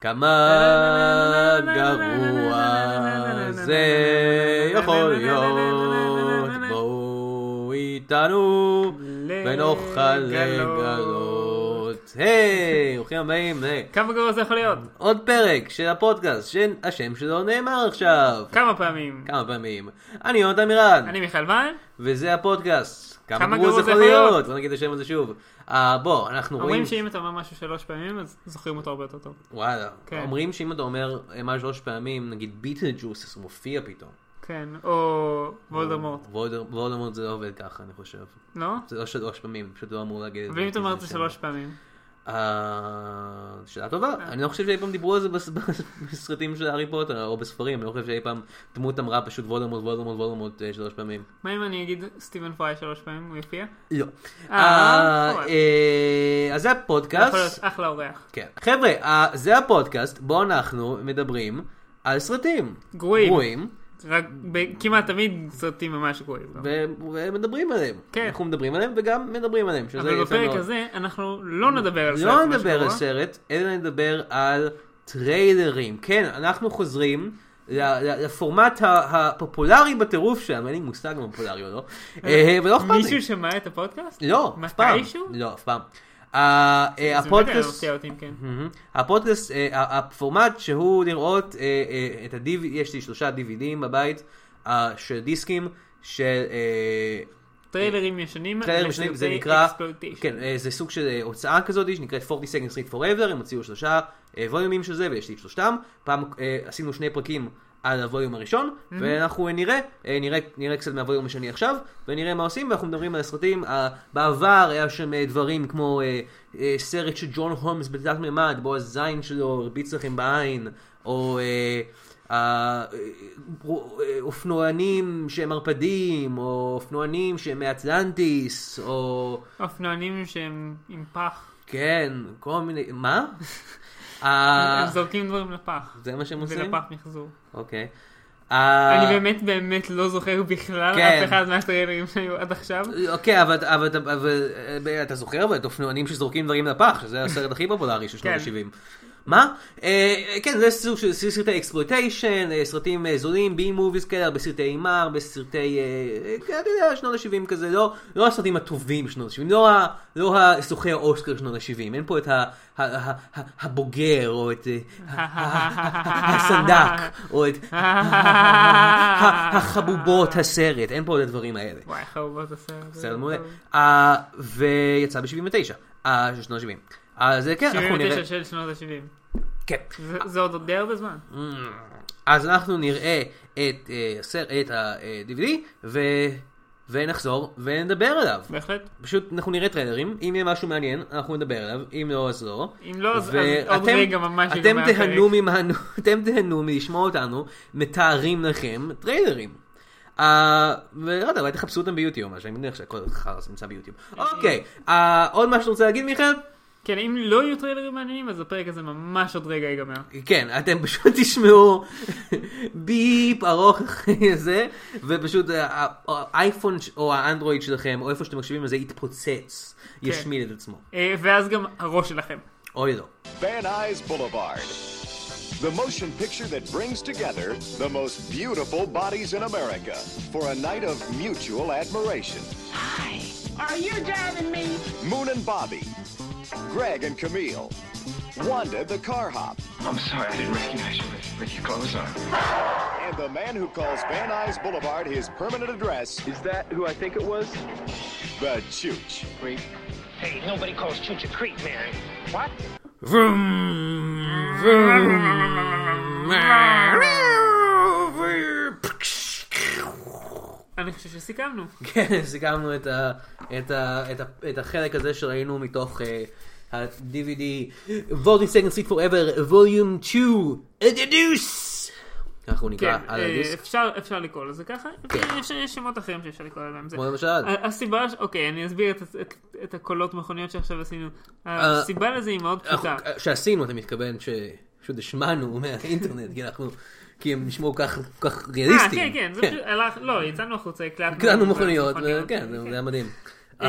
כמה גרוע זה יכול להיות, בואו איתנו ונוכל לגלות. היי, ברוכים הבאים. כמה גרוע זה יכול להיות? עוד פרק של הפודקאסט שהשם שלו נאמר עכשיו. כמה פעמים. אני יונתן מירן. אני מיכל ויין. וזה הפודקאסט. כמה גרוע זה יכול להיות? בוא נגיד את השם הזה שוב. בוא, אנחנו רואים... אומרים שאם אתה אומר משהו 3 פעמים, אז זוכרים אותו הרבה יותר טוב. וואלה. אומרים שאם אתה אומר משהו 3 פעמים, נגיד ביטלג'וס, הוא מופיע פתאום. כן, או וולדמורט. וולדמורט זה לא עובד ככה, אני חושב. לא? זה לא 3 פעמים, פשוט לא אמור להגיד את זה. ואם אתה אומר את זה 3 פעמים? שאלה טובה. אני לא חושב שאי פעם דיברו על זה בסרטים של הארי פוטר או בספרים. אני לא חושב שאי פעם דמות אמרה פשוט וולדמורט 3 פעמים. מה אם אני אגיד סטיבן פריי 3 פעמים? הוא יופיע? לא. אז זה הפודקאסט. יכול להיות אחלה אורח. כן. חבר'ה, זה הפודקאסט בו אנחנו מדברים על סרטים גרועים. רק כמעט תמיד סרטים ממש גרועים. ומדברים עליהם. כן. אנחנו מדברים עליהם וגם מדברים עליהם. אבל בפרק הזה אנחנו לא נדבר על סרט. לא נדבר על סרט, אלא נדבר על טריילרים. כן, אנחנו חוזרים לפורמט הפופולרי בטירוף שלנו. אין לי מושג פופולרי או לא. ולא אכפת לי. מישהו שמע את הפודקאסט? לא, אף פעם. מתישהו? לא, אף פעם. הפודקאסט, הפורמט שהוא לראות את ה-DVD, יש לי 3 DVDים בבית של דיסקים של טריילרים ישנים, זה נקרא, כן, זה סוג של הוצאה כזאת שנקראת 40 Seconds Street Forever. הם הוציאו 3 ווליומים של זה ויש לי 3. פעם עשינו 2 פרקים על הווליום הראשון, ואנחנו נראה קצת מהווליום השני עכשיו, ונראה מה עושים, ואנחנו מדברים על הסרטים. בעבר היה שם דברים כמו סרט של ג'ון הולמס בתלת מימד, בו הזין שלו הרביץ לכם בעין, או אופנוענים שהם ערפדים, או אופנוענים שהם מאטלנטיס, או... אופנוענים שהם עם פח. כן, כל מיני... מה? הם זורקים דברים לפח. זה מה שהם עושים? ולפח מחזור. אוקיי. אני באמת לא זוכר בכלל אף אחד מהטריילרים שהיו עד עכשיו. אוקיי, אבל אתה זוכר את אופנוענים שזורקים דברים לפח, שזה הסרט הכי פופולרי של שנות ה-70. מה? כן, זה סוג של סרטי אקספלויטיישן, סרטים זולים, בי מוביז כאלה, בסרטי אימר, בסרטי, אתה יודע, שנות ה-70 כזה, לא הסרטים הטובים שנות ה-70, לא הסוכי האוסקר שנות ה-70, אין פה את הבוגר, או את הסנדק, או את החבובות הסרט, אין פה את הדברים האלה. וואי, חבובות הסרט. סרט מעולה. ויצא ב-79, של שנות ה-70. אז כן, אנחנו נראה... 79 של שנות ה-70. כן. זה עוד די הרבה זמן. אז אנחנו נראה את ה-DVD ונחזור ונדבר עליו. בהחלט. פשוט אנחנו נראה טריילרים, אם יהיה משהו מעניין אנחנו נדבר עליו, אם לא אז לא. אם לא אז עוד רגע ממש אתם תהנו מלשמוע אותנו מתארים לכם טריילרים. ולא יודע, אולי תחפשו אותם ביוטיוב, אני מניח שהכל חרס נמצא ביוטיוב. אוקיי, עוד מה שאתה רוצה להגיד מיכאל? כן, אם לא יהיו טריילרים מעניינים, אז הפרק הזה ממש עוד רגע ייגמר. כן, אתם פשוט תשמעו ביפ ארוך אחרי זה, ופשוט האייפון או האנדרואיד שלכם, או איפה שאתם מקשיבים לזה, יתפוצץ, ישמיד את עצמו. ואז גם הראש שלכם. אוי לא. Van Nuys Boulevard, the motion picture that brings together the most beautiful bodies in America for a night of mutual admiration. Hi, are you driving me? Moon and Bobby, Greg and Camille, Wanda the car hop. I'm sorry, I didn't recognize you with your clothes on. And the man who calls Van Nuys Boulevard his permanent address. Is that who I think it was? The Chooch. Creep. Hey, nobody calls Chooch a creep, man. What? אני חושב שסיכמנו. כן, סיכמנו את החלק הזה שראינו מתוך ה-DVD 40 Seconds Street Forever Volume 2 The Deuce. אנחנו נקרא על הדיסק. אפשר לקרוא לזה ככה. יש שמות אחרים שאפשר לקרוא להם זה. כמו למשל. הסיבה, אוקיי, אני אסביר את הקולות מכוניות שעכשיו עשינו. הסיבה לזה היא מאוד פשוטה. שעשינו, אתה מתכוון שפשוט השמענו מהאינטרנט, כי הם נשמעו כך ריאליסטיים. כן, זה פשוט, לא, יצאנו החוצה, הקלטנו מכוניות, כן, זה היה מדהים.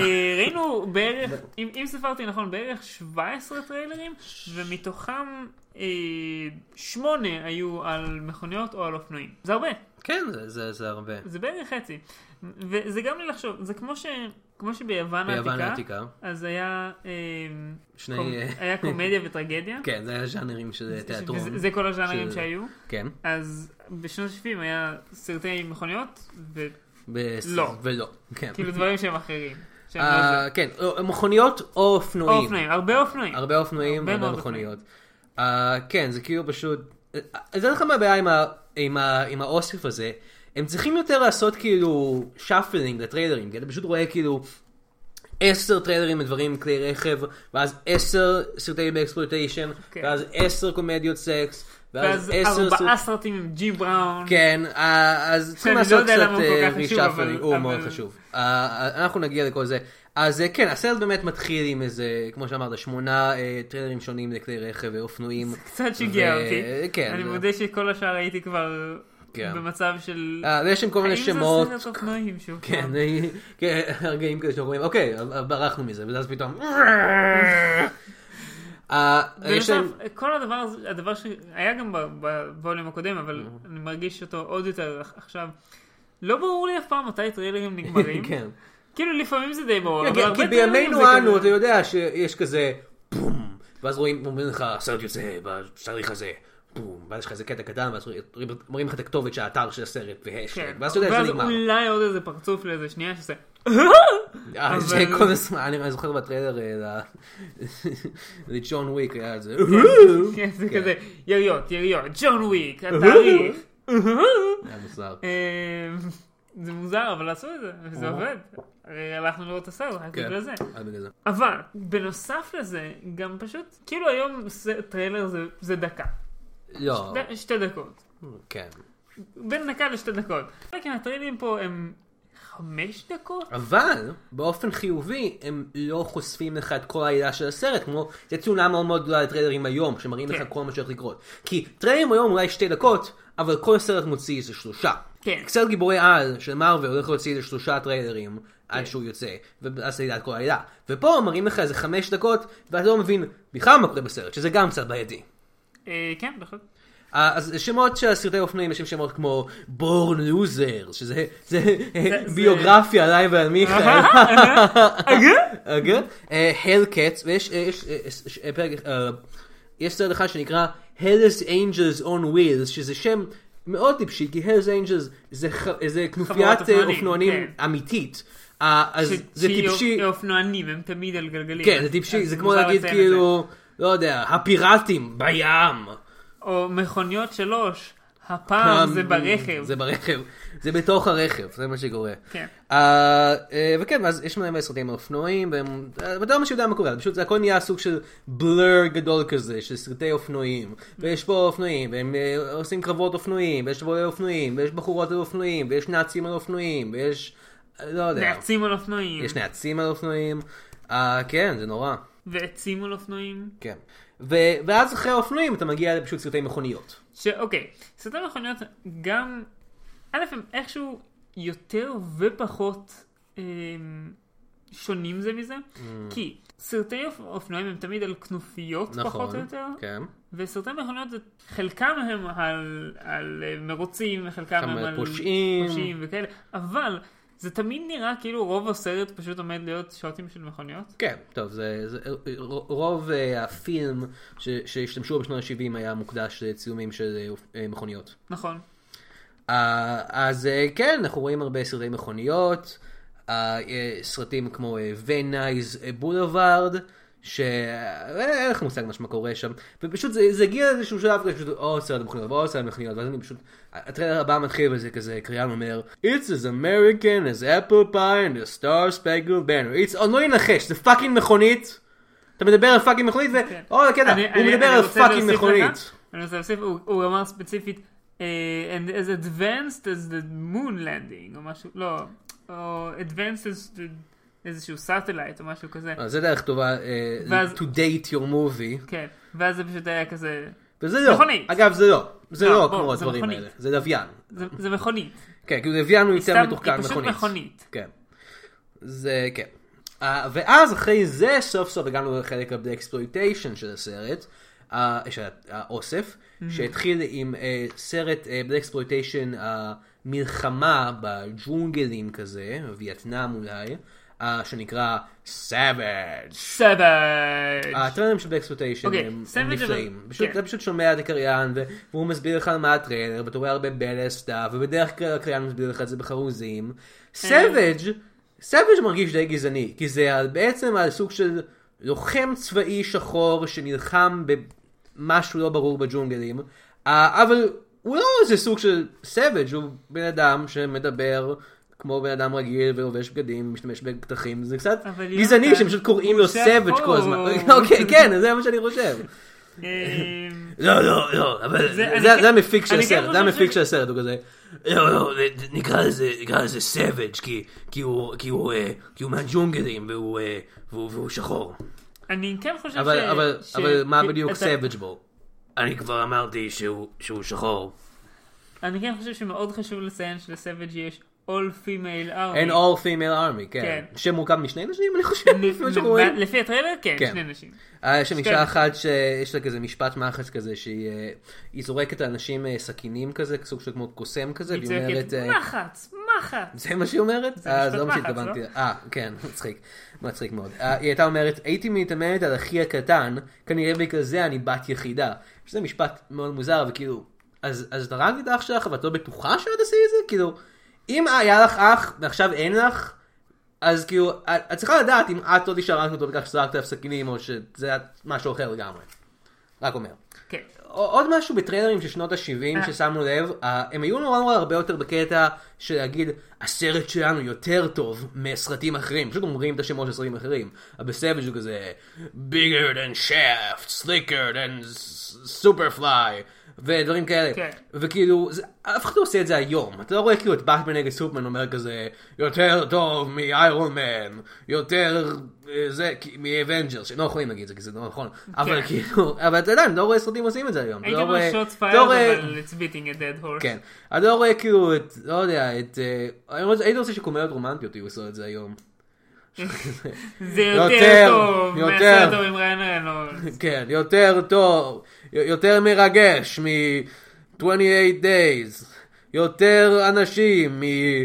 ראינו בערך, אם ספרתי נכון, בערך 17 טריילרים, ומתוכם 8 היו על מכוניות או על אופנועים. זה הרבה. כן, זה הרבה. זה בערך חצי. וזה גם לי לחשוב, זה כמו שביוון העתיקה, אז היה היה קומדיה וטרגדיה. כן, זה היה ז'אנרים של תיאטרון. זה כל הז'אנרים שהיו. כן. אז בשנות ה-70 היה סרטי מכוניות ולא. כאילו דברים שהם אחרים. כן, מכוניות או אופנועים. הרבה אופנועים. הרבה אופנועים, הרבה מכוניות. כן, זה כאילו פשוט... זה לך מה הבעיה עם האוסף הזה. הם צריכים יותר לעשות כאילו שפלינג לטריילרים, כי אתה פשוט רואה כאילו 10 טריילרים מדברים כלי רכב, ואז 10 סרטי באקספלויטיישן, ואז 10 קומדיות סקס, ואז 4 סרטים עם ג'י בראון. כן, אז צריכים לעשות קצת רישפלינג, הוא מאוד חשוב. אנחנו נגיע לכל זה. אז כן, הסרט באמת מתחיל עם איזה, כמו שאמרת, 8 טריילרים שונים לכלי רכב ואופנועים. קצת שיגע אותי. אני מודה שכל השאר הייתי כבר... במצב של... יש שם כל מיני שמות. האם זה סרט אופנועים שוב? כן, הרגעים כזה שאנחנו רואים, אוקיי, ברחנו מזה, ואז פתאום... בנוסף, כל הדבר שהיה גם בווליום הקודם, אבל אני מרגיש אותו עוד יותר עכשיו, לא ברור לי אף פעם מתי טריילרים נגמרים. כן. כאילו לפעמים זה די ברור. כי בימינו אנו, אתה יודע שיש כזה, בום, ואז רואים, אומרים לך, הסרט יוצא בתאריך הזה. בום, ואז יש לך איזה קטע קטן, ואז מראים לך את הכתובת של האתר של הסרט, והשק, ואז אתה יודע, זה נגמר. ואז אולי עוד איזה פרצוף לאיזה שנייה שעושה... זה כל הזמן, אני זוכר בטריילר לג'ון וויק, היה את זה. כן, זה כזה, יריות, ג'ון וויק, התאריך. היה מוזר. זה מוזר, אבל עשו את זה, וזה עובד. הרי הלכנו לראות את הסרט, רק בגלל זה. בגלל זה. אבל, בנוסף לזה, גם פשוט, כאילו היום טריילר זה דקה. לא. 2 דקות. כן. בין דקה ל2 דקות. כן, הטריילרים פה הם 5 דקות. אבל, באופן חיובי, הם לא חושפים לך את כל העילה של הסרט, כמו, זה תאונה מאוד מאוד גדולה לטריילרים היום, שמראים לך כל מה שהולך לקרות. כי טריילרים היום אולי 2 דקות, אבל כל סרט מוציא איזה 3. כן. סרט גיבורי על של מארוול הולך להוציא איזה 3 טריילרים עד שהוא יוצא, ואז זה את כל העילה. ופה מראים לך איזה 5 דקות, ואתה לא מבין בכלל מה קורה בסרט, שזה גם קצת בעייתי. כן, בכלל. אז שמות של סרטי אופנועים יש שמות כמו Born Loser, שזה ביוגרפיה עליי ועל מיכאל. Hellcats, ויש סרט אחד שנקרא Hell's Angels on Wheels, שזה שם מאוד טיפשי, כי Hell's Angels זה כנופיית אופנוענים אמיתית. אז זה טיפשי. אופנוענים, הם תמיד על גלגלים. כן, זה טיפשי, זה כמו להגיד כאילו, לא יודע, הפיראטים בים. או מכוניות 3, הפעם זה ברכב. זה ברכב, זה בתוך הרכב, זה מה שקורה. כן. וכן, אז יש מלא סרטים אופנועים, ואתה לא מה שיודע מה קורה, פשוט זה הכל נהיה סוג של בלר גדול כזה, של סרטי אופנועים, ויש פה אופנועים, והם עושים קרבות אופנועים, ויש תבולי אופנועים, ויש בחורות על אופנועים, ויש נאצים על אופנועים, ויש, לא יודע. נאצים על אופנועים. יש נאצים על אופנועים, כן, זה נורא. ועצים על אופנועים. כן. ואז אחרי האופנועים אתה מגיע לפשוט סרטי מכוניות. אוקיי, סרטי מכוניות גם, א' הם איכשהו יותר ופחות שונים זה מזה, כי סרטי אופנועים הם תמיד על כנופיות פחות או יותר, וסרטי מכוניות חלקם הם על מרוצים, וחלקם הם על פושעים וכאלה, אבל זה תמיד נראה כאילו רוב הסרט פשוט עומד להיות שוטים של מכוניות. כן, טוב, רוב הפילם שהשתמשו בשנות ה-70 היה מוקדש לצילומים של מכוניות. נכון. אז כן, אנחנו רואים הרבה סרטי מכוניות, סרטים כמו ונייז בולווארד, שאין לך מושג מה קורה שם, ופשוט זה הגיע לאיזשהו שלב, סרט מכוניות, סרט מכוניות, ואז אני פשוט, הטריילר הבא מתחיל וזה כזה, קריין אומר, It's as American as apple pie and a star-spangled banner. אני לא ינחש, זה פאקינג מכונית, אתה מדבר על פאקינג מכונית, הוא מדבר על פאקינג מכונית. אני רוצה להוסיף, הוא אמר ספציפית, and as advanced as the moon landing, או משהו, לא, או advanced as the... איזשהו סאטלייט או משהו כזה. זה דרך טובה, to date your movie. כן, ואז זה פשוט היה כזה... וזה לא. מכונית. אגב, זה לא כמו הדברים האלה. זה לוויין. זה מכונית. כן, כי לוויין הוא יותר מתוחכם מכונית. היא פשוט מכונית. כן. זה, כן. ואז אחרי זה, סוף סוף הגענו לחלק ה-exploitation של הסרט. האוסף, שהתחיל עם סרט באקספלויטיישן מלחמה בג'ונגלים כזה, וייטנאם אולי, שנקרא Savage. הטריילרים של באקספלויטיישן הם נפלאים. אתה פשוט שומע את הקריין, והוא מסביר לך מה הטריילר, ואתה רואה הרבה בלס סטאפ, ובדרך כלל הקריין מסביר לך את זה בחרוזים. Savage מרגיש די גזעני, כי זה בעצם על סוג של לוחם צבאי שחור שנלחם במשהו לא ברור בג'ונגלים, אבל הוא לא איזה סוג של Savage, הוא בן אדם שמדבר כמו בן אדם רגיל ולובש בגדים, משתמש בפתחים, זה קצת גזעני שהם פשוט קוראים לו Savage כל הזמן. אוקיי, כן, זה מה שאני חושב. לא, אבל זה המפיק של הסרט, הוא כזה, לא, נקרא לזה Savage, כי הוא מהג'ונגלים והוא שחור. אני כן חושב אבל מה בדיוק Savage בו? אני כבר אמרתי שהוא שחור. אני כן חושב שמאוד חשוב לציין שלסאביג' יש All Female Army. אין All Female Army, כן. שמורכב משני נשים, אני חושב. לפי הטריילר, כן, שני נשים. יש שם אישה אחת שיש לה כזה משפט מחץ כזה, שהיא זורקת לאנשים סכינים כזה, סוג של כמו קוסם כזה, והיא אומרת... מחץ. זה מה שהיא אומרת? זה משפט מחץ, לא? כן, מצחיק מאוד. היא הייתה אומרת, הייתי מתאמנת על אחי הקטן, כנראה בגלל זה אני בת יחידה. שזה משפט מאוד מוזר, וכאילו, אז דרגת את האח שלך, ואת לא בטוחה שאת עשי את זה? כאילו, אם היה לך אח, ועכשיו אין לך, אז כאילו, את צריכה לדעת אם את לא תשארת אותו בכך שזרקת אף סכינים, או שזה משהו אחר לגמרי. רק אומר. כן. עוד משהו בטריילרים של שנות ה-70 ששמנו לב, הם היו נורא הרבה יותר בקטע של להגיד, הסרט שלנו יותר טוב מסרטים אחרים, פשוט אומרים את השמות של סרטים אחרים. בסאביג' הוא כזה, bigger than Shaft, slicker than Superfly, ודברים כאלה. כן. וכאילו, אף אחד לא עושה את זה היום. אתה לא רואה כאילו את באטמן נגד סופרמן אומר כזה, יותר טוב מאיירון מן, יותר זה, מאבנג'רס, שלא יכולים להגיד את זה, כי זה לא נכון. אבל כאילו, אבל אתה יודע, אני לא רואה סרטים עושים את זה היום. הייתי אומר שוטס פיירד, אבל it's beating a dead horse. כן. אני לא רואה כאילו, לא יודע, הייתי רוצה שקומדיות רומנטיות יהיו עושות את זה היום. זה יותר טוב מהסרט טוב עם ריין ריינולדס. כן, יותר טוב, יותר מרגש מ-28 Days, יותר אנשים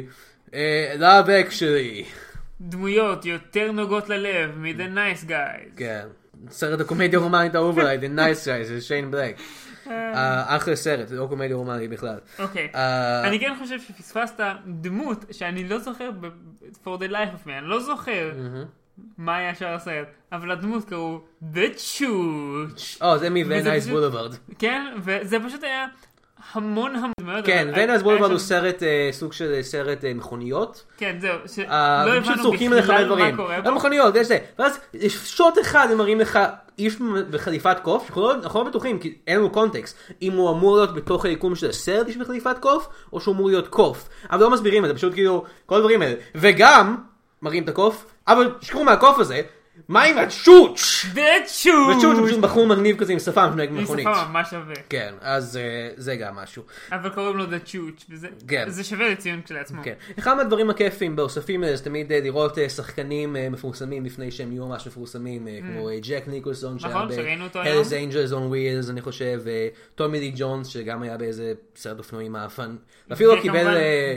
מ-Love Actually. דמויות יותר נוגעות ללב מ-The Nice Guys. כן, סרט הקומדיה רומנית האהוב עליי, The Nice Guys, זה שיין בלק. אחלה סרט, זה לא קומדיה רומנית בכלל. אוקיי, אני כן חושב שפספסת דמות שאני לא זוכר for the life of me, אני לא זוכר מה היה שער הסרט, אבל הדמות קראו The Chooch. זה מ-Venice Boulevard. כן, וזה פשוט היה המון דמויות. כן, Venice Boulevard הוא סרט, סוג של סרט מכוניות. כן, זהו, שלא הבנו בכלל מה קורה בו. מכוניות, יש זה. ואז שוט אחד הם מראים לך איש בחליפת קוף, אנחנו לא בטוחים, כי אין לנו קונטקסט, אם הוא אמור להיות בתוך היקום של הסרט איש בחליפת קוף, או שהוא אמור להיות קוף. אבל לא מסבירים את זה, פשוט כאילו, כל הדברים האלה. וגם, מראים את הקוף, אבל שכחו מהקוף הזה, מה עם הצ'וץ'? הצ'וץ' הוא פשוט בחור מגניב כזה עם שפם שנוהג מכונית. עם שפם ממש שווה. כן, אז זה גם משהו. אבל קוראים לו The Chooch, וזה שווה לציון כשלעצמו. כן. אחד מהדברים הכיפים באוספים האלה זה תמיד לראות שחקנים מפורסמים לפני שהם יהיו ממש מפורסמים, כמו ג'ק ניקולסון שהיה ב-Hells Angels on Wheels, אני חושב, טומי לי ג'ונס שגם היה באיזה סרט אופנועים מאפן. ואפילו לא קיבל...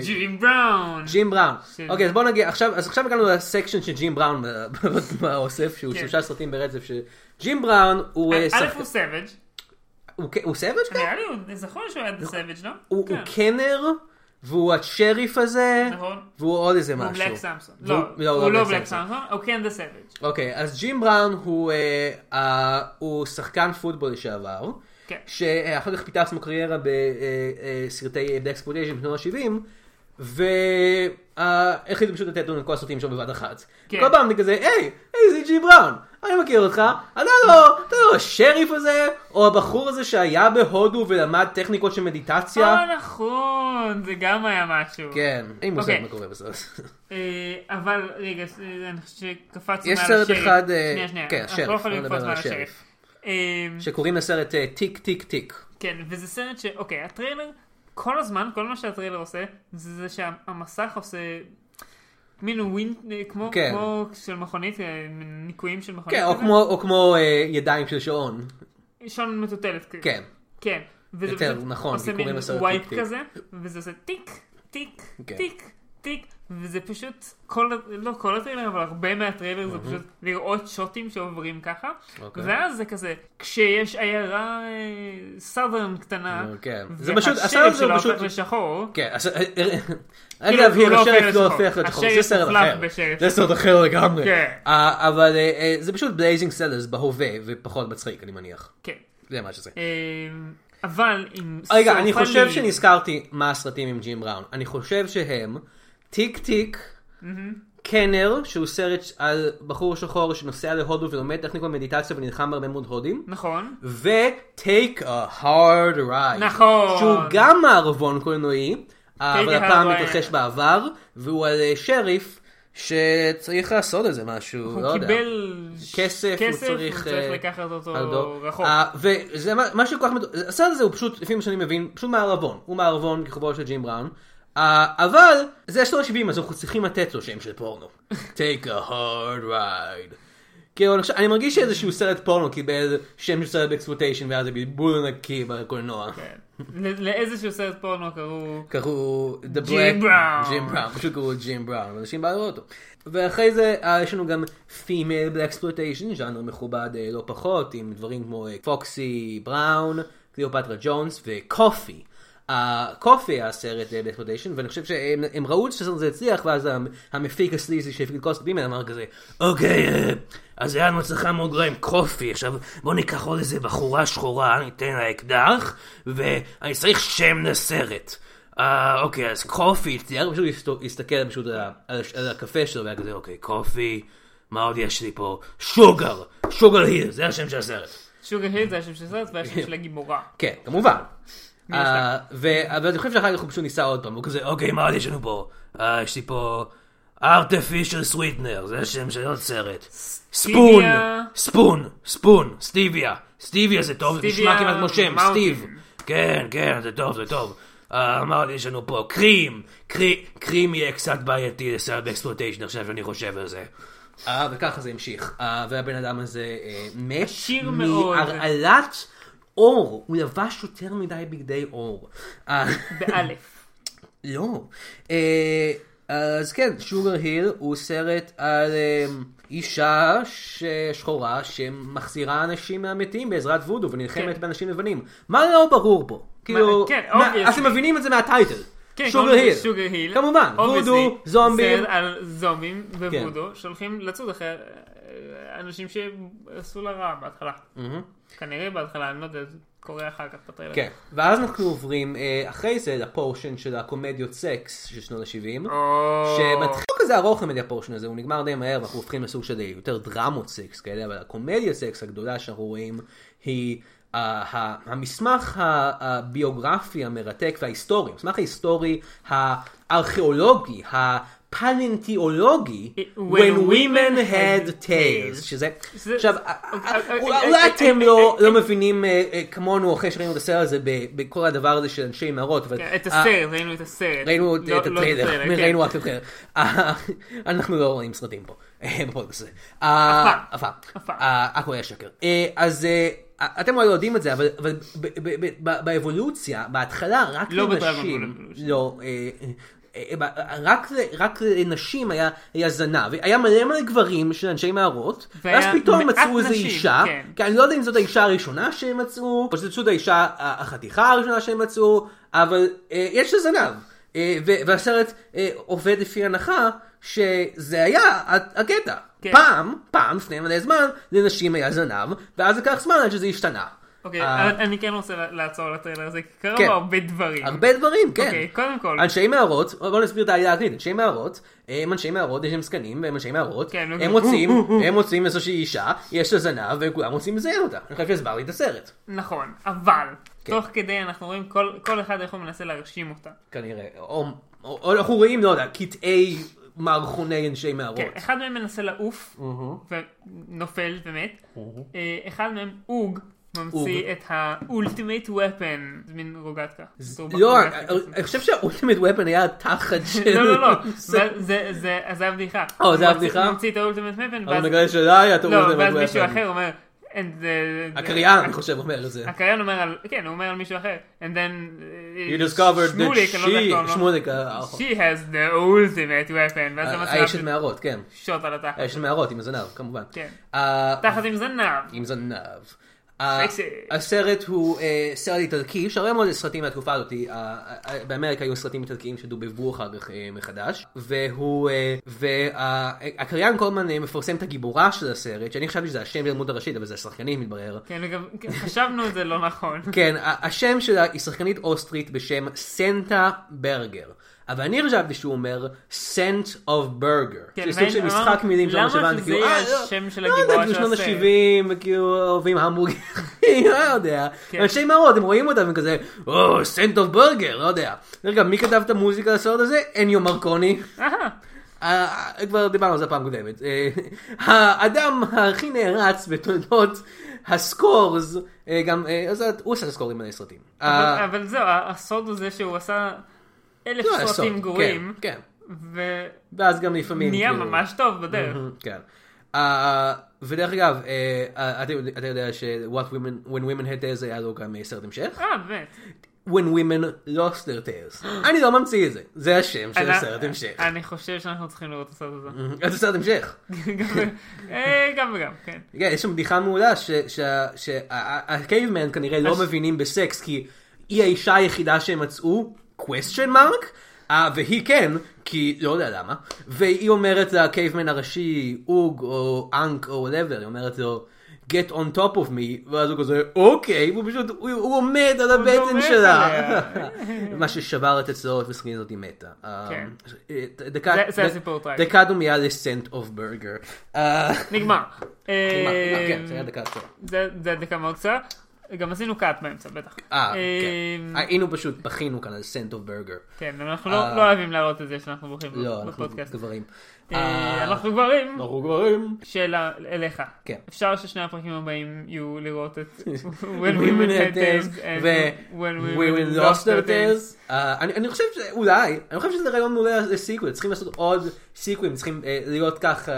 ג'ים בראון. אוקיי, אז בואו נגיע, עכשיו הגענו לסקשן של ג'ים בראון באוסף, שהוא 3 סרטים ברצף, שג'ים בראון הוא... א' הוא סאביג'. הוא סאביג' גם? נראה לי, הוא זכור שהוא היה סאביג', לא? הוא קנר, והוא הצ'ריף הזה, והוא עוד איזה משהו. הוא בלק סמסון. לא, הוא לא בלק סמסון, הוא כן דה סאביג'. אוקיי, אז ג'ים בראון הוא שחקן פוטבול לשעבר, שאחר כך פיתח עצמו קריירה בסרטי באקספלויטיישן בשנות ה-70, והחליטו פשוט לתת לנו את כל הסרטים שלו בבת אחת. כל פעם אני כזה, היי, זה ג'ים בראון, אני מכיר אותך, אתה לא השריף הזה, או הבחור הזה שהיה בהודו ולמד טכניקות של מדיטציה. נכון, זה גם היה משהו. כן, אין מושג מה קורה בסרט. אבל רגע, אני חושב שקפצנו מעל השריף. יש סרט אחד, כן, השריף, אנחנו לא יכולים לקפוץ מעל השריף. שקוראים לסרט טיק טיק טיק. כן, וזה סרט אוקיי, הטריילר, כל הזמן, כל מה שהטריילר עושה, זה שהמסך עושה מין ווינד, כמו של מכונית, ניקויים של מכונית. כן, או כמו ידיים של שעון. שון מטוטלת כזה. כן. כן. יותר נכון, עושה מין וייפ כזה, וזה עושה טיק, טיק, טיק, טיק, וזה פשוט, לא כל הטריילר, אבל הרבה מהטריילר זה פשוט לראות שוטים שעוברים ככה, ואז זה כזה, כשיש עיירה סאדרן קטנה, והשריף שלה הופך לשחור, כן, רק להבהיר, השריף לא הופך לשחור, זה סרט אחר, זה סרט אחר לגמרי, אבל זה פשוט בלייזינג סלרס בהווה, ופחות מצחיק, אני מניח. כן. זה מה שזה. אבל עם רגע, אני חושב שנזכרתי מה הסרטים עם ג'ים בראון. אני חושב שהם טיק טיק, קנר, שהוא סרט על בחור שחור שנוסע להודו ולומד טכניקות מדיטציה ונלחם בהרבה מאוד הודים. נכון. ו-Take a Hard Ride. נכון. שהוא גם מערבון קולנועי, אבל הפעם מתרחש בעבר, והוא על שריף שצריך לעשות איזה משהו, הוא לא יודע. קיבל כסף, הוא צריך לקחת אותו רחוק. וזה מה שכל כך הסרט הזה הוא פשוט, לפי מה שאני מבין, פשוט מערבון. הוא מערבון כחובו של ג'ים בראון. אבל זה שנות ה-70, אז אנחנו צריכים לתת לו שם של פורנו. Take a hard ride. כאילו, אני מרגיש שאיזשהו סרט פורנו קיבל שם של סרט באקספלוטיישן, ואז זה בלבול ענקי בקולנוע. לאיזשהו סרט פורנו קראו ג'ים בראון. ג'ים בראון, פשוט קראו ג'ים בראון, ואנשים באו לראות אותו. ואחרי זה יש לנו גם female באקספלוטיישן, ז'אנר מכובד לא פחות, עם דברים כמו פוקסי בראון, קליאופטרה ג'ונס וקופי. קופי היה סרט באקספלוטיישן, ואני חושב שהם ראו שהסרט הזה הצליח, ואז המפיק הסליזי שהפיק את כל הסרטים אמר כזה, אוקיי, אז היה לנו הצלחה מאוד גדולה עם קופי, עכשיו בוא ניקח עוד איזה בחורה שחורה, ניתן לה אקדח, ואני צריך שם לסרט. אוקיי, אז קופי, פשוט להסתכל פשוט על הקפה שלו, והיה כזה, אוקיי, קופי, מה עוד יש לי פה? שוגר היל, זה השם של הסרט. שוגר היל זה השם של הסרט, והשם של הגיבורה. כן, כמובן. ואני חושב שאחר כך הוא פשוט ניסה עוד פעם, הוא כזה, אוקיי, מה עוד יש לנו פה? יש לי פה artificial sweetener, זה השם של עוד סרט. ספון, סטיביה זה טוב, זה נשמע כמעט כמו שם, סטיב. כן, זה טוב. מה עוד יש לנו פה? קרים יהיה קצת בעייתי לסרט באקספלוטיישן, עכשיו שאני חושב על זה. וככה זה המשיך. והבן אדם הזה מת מהרעלת אור, הוא לבש יותר מדי בגדי אור. באלף. לא. אז כן, שוגר היל הוא סרט על אישה שחורה שמחזירה אנשים מהמתים בעזרת וודו ונלחמת באנשים לבנים. מה לא ברור פה? כאילו, אתם מבינים את זה מהטייטל. שוגר היל. כמובן, וודו, זומבים. סרט על זומבים ווודו שהולכים לצוד אחרי אנשים שעשו לה רע בהתחלה. כנראה בהתחלה, אני לא יודע, זה קורה אחר כך בטריילר. כן, ואז אנחנו עוברים אחרי זה לפורשן של הקומדיות סקס של שנות ה-70, שמתחיל כזה ארוך המדיה פורשן הזה, הוא נגמר די מהר, ואנחנו הופכים לסוג של יותר דרמות סקס כאלה, אבל הקומדיות סקס הגדולה שאנחנו רואים היא המסמך הביוגרפי המרתק וההיסטורי, המסמך ההיסטורי הארכיאולוגי, פלנטיאולוגי, When Women Had Tails, שזה, עכשיו, אולי אתם לא מבינים כמונו אחרי שראינו את הסרט הזה בכל הדבר הזה של אנשי מערות, את הסרט, ראינו את הסרט, ראינו את הטריילר, ראינו רק את הטריילר, אנחנו לא רואים סרטים פה, בפודקאסט הזה, אף פעם, הכל היה שקר, אז אתם לא יודעים את זה, אבל באבולוציה, בהתחלה רק לנשים, לא, רק לנשים היה זנב, היה מלא גברים של אנשי מערות, ואז פתאום מצאו איזו אישה, כי אני לא יודע אם זאת האישה הראשונה שהם מצאו, או שזאת האישה החתיכה הראשונה שהם מצאו, אבל יש לזנב, והסרט עובד לפי הנחה שזה היה הקטע. פעם, לפני מלא זמן, לנשים היה זנב, ואז לקח זמן עד שזה השתנה. אוקיי, אני כן רוצה לעצור על הטריילר הזה, כי קרה בו הרבה דברים. הרבה דברים, כן. אוקיי, קודם כל. אנשי מערות, בואו נסביר את העלייה האקלית, אנשי מערות, הם אנשי מערות, יש להם זקנים, והם אנשי מערות, הם רוצים איזושהי אישה, יש לה זנב, וכולם רוצים לזיין אותה. אני חושב שהסבר לי את הסרט. נכון, אבל, תוך כדי אנחנו רואים כל אחד איך הוא מנסה להרשים אותה. כנראה, או אנחנו רואים, לא יודע, קטעי מערכוני אנשי מערות. כן, אחד מהם מנסה לעוף, ונופל ומת, אחד מהם אוג, ממציא את ה-Ultimate Weapon, זה מין רוגטקה. לא, אני חושב שה-Ultimate Weapon היה תחת של... לא, זה הבדיחה. זה הבדיחה? ממציא את ה-Ultimate Weapon, אבל נגלה שלה היה את ה-Ultimate Weapon. ואז מישהו אחר אומר, הקריין, אני חושב, אומר את זה. הקריין אומר על, כן, הוא אומר על מישהו אחר. And then, you discovered that שמוליק, she has the ultimate weapon. האשת מערות, כן. שוט על התחת. האשת מערות, עם הזנב, כמובן. כן. תחת עם זנב. עם זנב. הסרט הוא סרט איטלקי, שהרבה מאוד סרטים מהתקופה הזאת, באמריקה היו סרטים איטלקיים שדובבו אחר כך מחדש, והקריין כל הזמן מפרסם את הגיבורה של הסרט, שאני חשבתי שזה השם לדמות הראשית, אבל זה השחקנים מתברר. כן, וגם חשבנו את זה לא נכון. כן, השם שלה היא שחקנית אוסטרית בשם סנטה ברגר. אבל אני חשבתי שהוא אומר scent of burger. שזה סוג של משחק מילים למה שזה יהיה השם של הגיבורה של הסרט? בשנות ה-70, כאילו אוהבים המבורגר, לא יודע. אנשי מערות, הם רואים אותם וכזה, scent of burger, לא יודע. רגע, מי כתב את המוזיקה לסרט הזה? אניו מרקוני. כבר דיברנו על זה פעם קודמת. האדם הכי נערץ בתולדות הסקורס, גם, הוא עושה סקורים מלא סרטים. אבל זהו, הסוד הוא זה שהוא עשה 1,000 סרטים גרועים, ואז גם לפעמים נהיה ממש טוב בדרך. כן. ודרך אגב, אתה יודע ש-When Women Had Tails היה לו גם סרט המשך? באמת. When Women Lost Their Tails. אני לא ממציא את זה. זה השם של הסרט המשך. אני חושב שאנחנו צריכים לראות את הסרט הזה. את הסרט המשך. גם וגם, כן. יש שם בדיחה מעולה שהקייבמן כנראה לא מבינים בסקס, כי היא האישה היחידה שהם מצאו, question mark, והיא כן, כי לא יודע למה, והיא אומרת לקייבמן הראשי, אוג או אנק או whatever, היא אומרת לו, get on top of me, ואז הוא כזה, אוקיי, הוא פשוט, הוא עומד על הבטן שלה. מה ששבר את הצלעות וסקרין הזאת היא מתה. זה הסיפור טרק. דקה דומיה ל-scent of burger. נגמר. כן, זה היה דקה קצרה. זה דקה מאוד קצרה. גם עשינו קאט באמצע, בטח. כן. היינו פשוט בכינו כאן על scent of burger. כן, אנחנו לא אוהבים להראות את זה שאנחנו בוכים בפודקאסט. לא, אנחנו גברים. אנחנו גברים. אנחנו גברים. שאלה אליך. כן. אפשר ששני הפרקים הבאים יהיו לראות את When Women Had Tails ו-When Women Lost Their Tails. אני חושב שאולי, אני חושב שזה רעיון מעולה לסיקוול. צריכים לעשות עוד סיקווים, צריכים להיות ככה...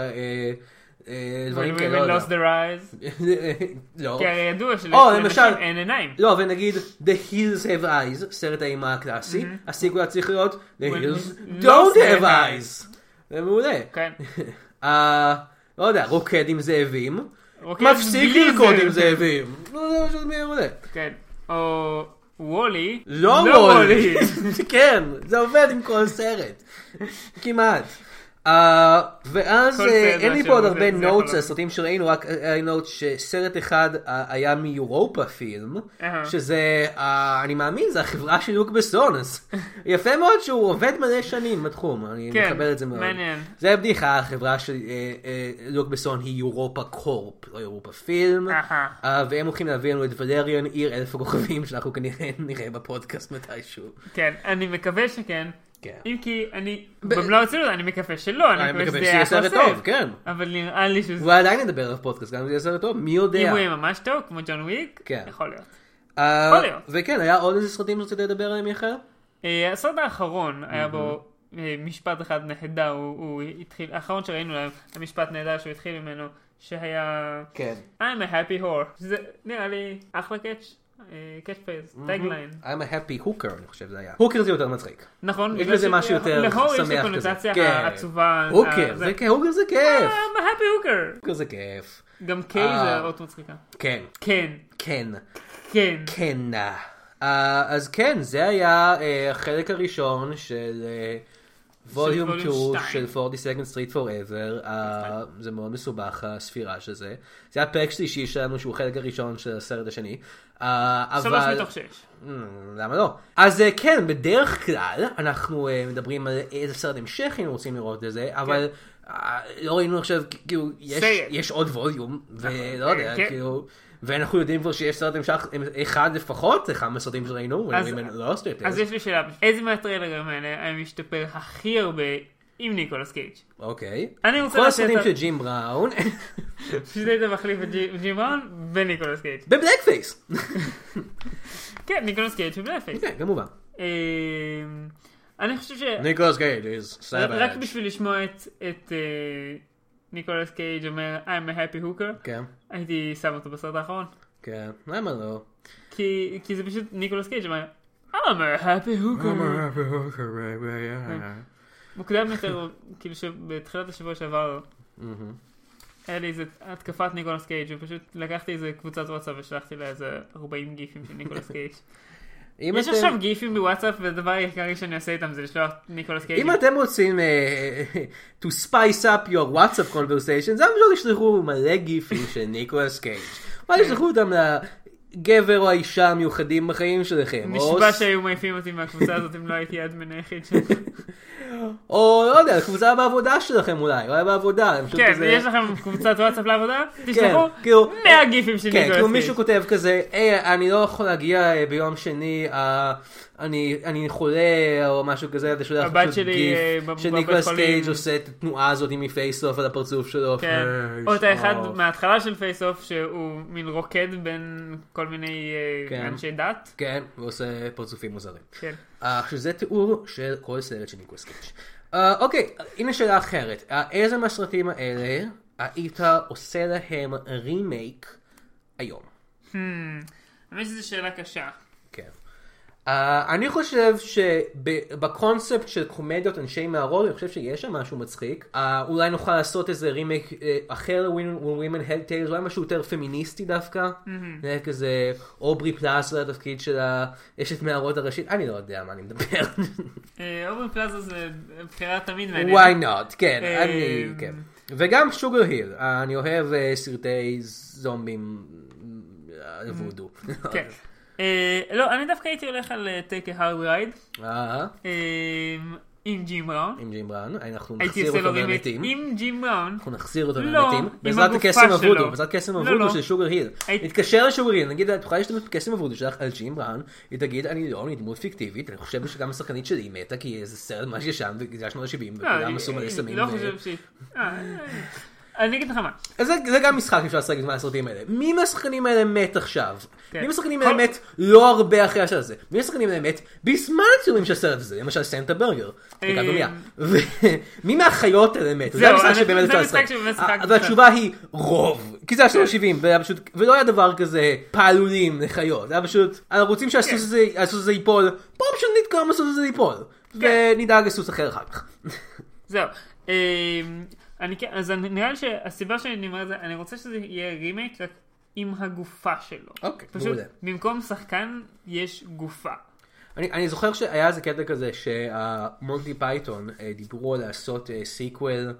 When Women Lost Their Eyes. לא. כי הרי ידוע שלאנשים אין עיניים. לא, ונגיד The Hills Have Eyes, סרט האימה הקלאסי, הסיקוול צריך להיות The Hills Don't Have Eyes. זה מעולה. כן. לא יודע, רוקד עם זאבים, מפסיק לרקוד עם זאבים. זה פשוט מעולה. כן. או וולי. לא וולי. כן, זה עובד עם כל סרט. כמעט. ואז אין לי פה עוד הרבה נוטס לסרטים שראינו, רק היה לי נוט שסרט אחד היה מיורופה פילם, שזה, אני מאמין, זה החברה של לוק בסון, אז יפה מאוד שהוא עובד מלא שנים בתחום, אני מקבל את זה מאוד. זה הבדיחה, החברה של לוק בסון היא יורופה קורפ, לא יורופה פילם, והם הולכים להביא לנו את ולריאן, עיר 1000 הכוכבים, שאנחנו כנראה נראה בפודקאסט מתישהו. כן, אני מקווה שכן. אם כי אני, במלוא הרצינות, אני מקווה שלא, אני מקווה שזה יהיה סרט טוב, כן. אבל נראה לי שזה... הוא עדיין נדבר על פודקאסט, גם אם זה יהיה סרט טוב, מי יודע. אם הוא יהיה ממש טוב, כמו ג'ון וויק, יכול להיות. יכול להיות. וכן, היה עוד איזה סרטים שרצית לדבר עליהם יחד? הסרט האחרון, היה בו משפט אחד נהדר, הוא התחיל, האחרון שראינו להם, המשפט נהדר שהוא התחיל ממנו, שהיה... כן. I'm a happy whore. שזה נראה לי אחלה קאץ'. קאץ' פייס, טאגליין. I'm a happy hooker, אני חושב שזה היה. הוקר זה יותר מצחיק. נכון. יש לזה משהו יותר שמח כזה. להור יש הקונוטציה העצובה. הוקר זה כיף. I'm a happy hooker. הוקר זה כיף. גם קיי זה עוד מצחיקה. כן. כן. כן. כן. כן. אז כן, זה היה החלק הראשון של... ווליום 2 של 40 Second Street Forever, זה מאוד מסובך הספירה של זה. זה היה פרק שלישי שלנו שהוא חלק הראשון של הסרט השני. 3 מתוך 6. למה לא? אז כן, בדרך כלל אנחנו מדברים על איזה סרט המשך אם רוצים לראות את זה, אבל לא ראינו עכשיו, כאילו, יש עוד ווליום, ולא יודע, כאילו... ואנחנו יודעים כבר שיש סרט המשך אחד לפחות, אחד מהסרטים שראינו, אז יש לי שאלה, איזה מהטריילרים האלה היה משתפר הכי הרבה עם ניקולס קייג'? אוקיי. כל הסרטים של ג'ים בראון. שזה אתה מחליף את ג'ים בראון וניקולס קייג'. בבלק פייס. כן, ניקולס קייג' בבלק פייס. כן, כמובן. אני חושב ש... ניקולס קייג' is savage. רק בשביל לשמוע את ניקולס קייג' אומר I'm a happy hooker, כן. הייתי שם אותו בסרט האחרון. כן, למה לא? כי זה פשוט ניקולס קייג' אומר I'm a happy hooker. מוקדם יותר, כאילו שבתחילת השבוע שעבר, היה לי איזה התקפת ניקולס קייג' ופשוט לקחתי איזה קבוצת וואטסאפ ושלחתי לה איזה 40 גיפים של ניקולס קייג'. יש עכשיו גיפים בוואטסאפ והדבר העיקרי שאני עושה איתם זה לשלוח ניקולס קייג'. אם אתם רוצים to spice up your WhatsApp conversation, זה פשוט תשלחו מלא גיפים של ניקולס קייג'. מה תשלחו אותם לגבר או האישה המיוחדים בחיים שלכם? נשבע שהיו מעיפים אותי מהקבוצה הזאת אם לא הייתי אדמן היחיד שם. או לא יודע, קבוצה בעבודה שלכם אולי, אולי בעבודה. כן, יש לכם קבוצת וואטסאפ לעבודה? תשלחו 100 גיפים של ניקולס קייג'. כאילו מישהו כותב כזה, אני לא יכול להגיע ביום שני, אני חולה או משהו כזה, אתה שולח פשוט גיף שניקולס קייג' עושה את התנועה הזאת מפייס-אוף על הפרצוף שלו. או את האחד מההתחלה של פייס-אוף שהוא מין רוקד בין כל מיני אנשי דת. כן, ועושה פרצופים מוזרים. כן. שזה תיאור של כל סרט של ניקולס קייג'. אוקיי, הנה שאלה אחרת. איזה מהסרטים האלה היית עושה להם רימייק היום? האמת שזו שאלה קשה. כן. אני חושב שבקונספט של קומדיות אנשי מערות, אני חושב שיש שם משהו מצחיק. אולי נוכל לעשות איזה רימייק אחר ל-Women Held Tales, אולי משהו יותר פמיניסטי דווקא. כזה אוברי פלאזה, התפקיד של האשת מערות הראשית. אני לא יודע מה אני מדבר. אוברי פלאזה זה בחירה תמיד מעניינת. Why not? כן, כן. וגם שוגר היל. אני אוהב סרטי זומבים וודו. כן. לא, אני דווקא הייתי הולך על Take a Hard Ride. עם ג'ים בראון. עם ג'ים בראון. אנחנו נחזיר אותו למתים. עם ג'ים בראון. אנחנו נחזיר אותו למתים. בעזרת הקסם הוודו. בעזרת הקסם הוודו של שוגר היל. נתקשר לשוגר היל. נגיד, את יכולה להשתמש בקסם הוודו שלך על ג'ים בראון. היא תגיד, אני לא, אני דמות פיקטיבית. אני חושב שגם השחקנית שלי מתה, כי זה סרט ממש ישן, וזה שנות ה-70, וכולם עשו מלא סמים. לא חושב שהיא... אני אגיד לך מה. זה גם משחק אפשר לשחק את מהסרטים האלה. מי מהשחקנים האלה מת עכשיו? מי מהשחקנים האלה מת לא הרבה אחרי השלט הזה? מי מהשחקנים האלה מת בזמן הצילומים של הסרט הזה? למשל סנטה ברגר. מי מהחיות האלה מת? זה המשחק שבאמת אפשר לשחק. והתשובה היא רוב. כי זה השנות ה-70 ולא היה דבר כזה פעלולים לחיות. זה היה פשוט, אנחנו רוצים שהסוס הזה ייפול, פה פשוט נתקרם הסוס הזה ייפול. ונדאג לסוס אחר אחר כך. זהו. אז נראה לי שהסיבה שאני אומר את זה, אני רוצה שזה יהיה רימייק רק עם הגופה שלו. אוקיי, פשוט במקום שחקן יש גופה. אני זוכר שהיה איזה קטע כזה שהמונטי פייתון דיברו לעשות סיקוול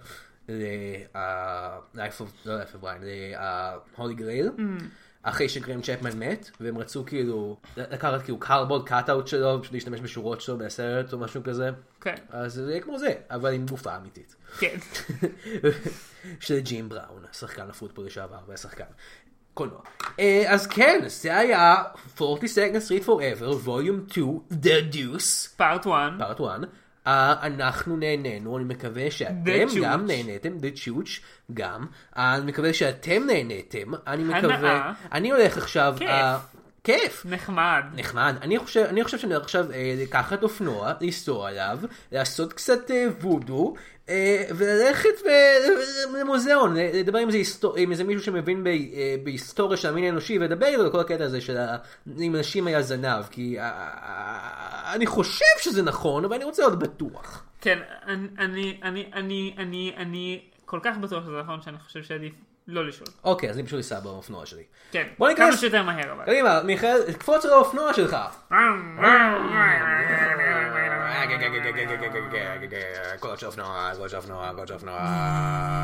ל-Holy Grail, אחרי שגרם צ'פמן מת, והם רצו כאילו לקחת כאילו קארבורד קאט-אוט שלו, פשוט להשתמש בשורות שלו בסרט או משהו כזה. כן. אז זה יהיה כמו זה, אבל עם גופה אמיתית. כן. של ג'ים בראון, השחקן הפוטבול לשעבר והשחקן קולנוע. אז כן, זה היה 40 Seconds Street Forever, Volume 2, The Deuce. Part 1. אנחנו נהנינו, אני מקווה שאתם גם נהניתם, The Chooch גם, אני מקווה שאתם נהניתם, אני הולך עכשיו, כיף. נחמד. אני חושב שאני הולך עכשיו לקחת אופנוע, לנסוע עליו, לעשות קצת וודו, וללכת למוזיאון, לדבר עם איזה מישהו שמבין בהיסטוריה של המין האנושי, ולדבר איתו על כל הקטע הזה של אם אנשים היה זנב, כי אני חושב שזה נכון, אבל אני רוצה להיות בטוח. כן, אני כל כך בטוח שזה נכון, שאני חושב שעדיף לא לשאול. אוקיי, אז אני פשוט אסע באופנוע שלי. כן, כמה שיותר מהר אבל. קדימה, מיכאל, קפוץ על האופנוע שלך. קודש אופנוע.